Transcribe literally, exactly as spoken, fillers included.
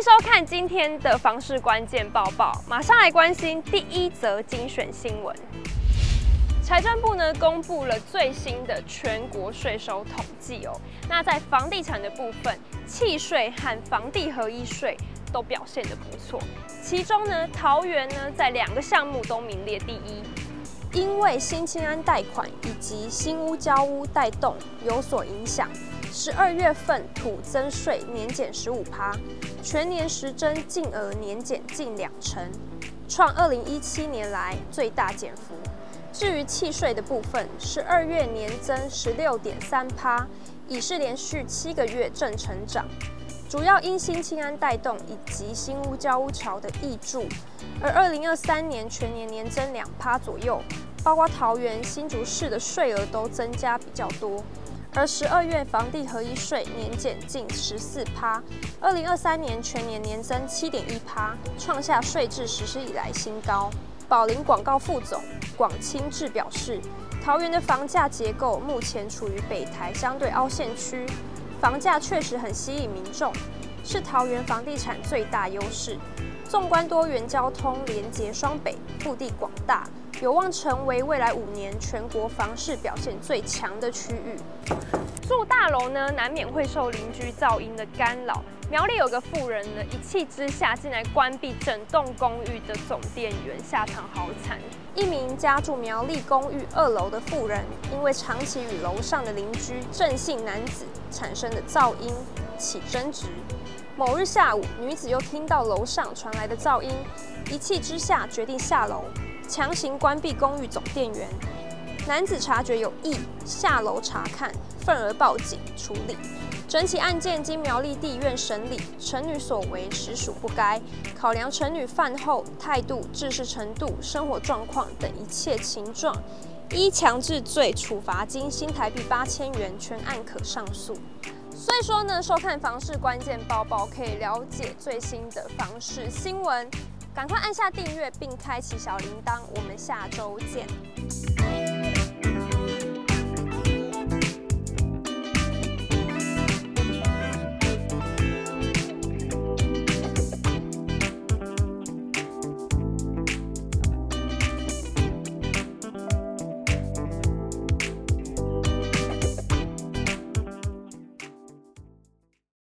迎收看今天的房市关键报报，马上来关心第一则精选新闻。财政部呢公布了最新的全国税收统计哦。那在房地产的部分，契税和房地合一税都表现得不错。其中呢，桃园呢在两个项目都名列第一。因为新青安贷款以及新屋交屋带动有所影响，十二月份土增税年减十五趴，全年实征净额年减近两成，创二零一七年来最大减幅。至于契税的部分，十二月年增十六点三趴，已是连续七个月正成长。主要因新青安带动以及新屋交屋潮的挹注，而二零二三年全年年增两趴左右，包括桃园、新竹市的税额都增加比较多。而十二月房地合一税年减近十四趴，二零二三年全年年增七点一趴，创下税制实施以来新高。宝林广告副总广清志表示，桃园的房价结构目前处于北台相对凹陷区。房价确实很吸引民众，是桃园房地产最大优势。纵观多元交通连接双北，腹地广大，有望成为未来五年全国房市表现最强的区域。住大楼呢，难免会受邻居噪音的干扰。苗栗有个妇人呢，一气之下竟然关闭整栋公寓的总电源，下场好惨。一名家住苗栗公寓二楼的妇人，因为长期与楼上的邻居郑姓男子产生的噪音起争执。某日下午，女子又听到楼上传来的噪音，一气之下决定下楼，强行关闭公寓总电源。男子察觉有异，下楼查看，愤而报警处理。整起案件经苗栗地院审理，陈女所为实属不该。考量陈女饭后态度、知识程度、生活状况等一切情状，依强制罪处罚金新台币八千元，全案可上诉。所以说呢，收看房市关键报报可以了解最新的房市新闻，赶快按下订阅并开启小铃铛，我们下周见。